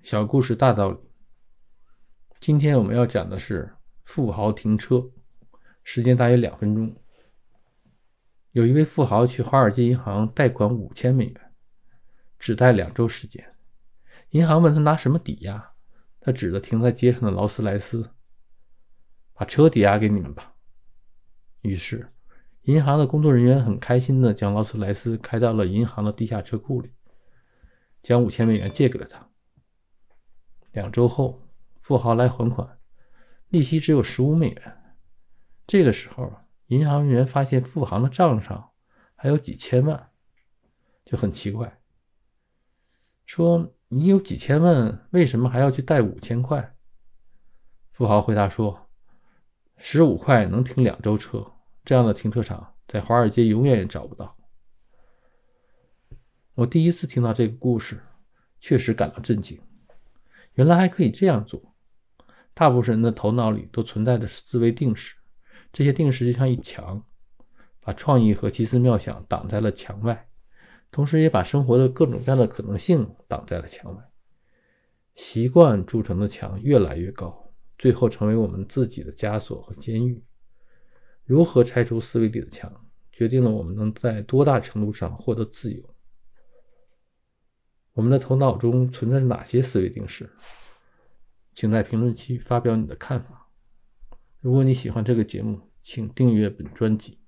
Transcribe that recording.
小故事大道理。今天我们要讲的是富豪停车，时间大约2分钟。有一位富豪去华尔街银行贷款5000美元，只贷2周时间。银行问他拿什么抵押，他指着停在街上的劳斯莱斯，把车抵押给你们吧。于是银行的工作人员很开心地将劳斯莱斯开到了银行的地下车库里，将5000美元借给了他。2周后，富豪来还款，利息只有15美元。这个时候，银行人员发现富豪的账上还有几千万，就很奇怪，说你有几千万，为什么还要去贷5000块？富豪回答说，15块能停2周车，这样的停车场在华尔街永远也找不到。我第一次听到这个故事，确实感到震惊。原来还可以这样做。大部分人的头脑里都存在着思维定式，这些定式就像一墙，把创意和奇思妙想挡在了墙外，同时也把生活的各种各样的可能性挡在了墙外。习惯筑成的墙越来越高，最后成为我们自己的枷锁和监狱。如何拆除思维里的墙，决定了我们能在多大程度上获得自由。我们的头脑中存在着哪些思维定式？请在评论区发表你的看法。如果你喜欢这个节目，请订阅本专辑。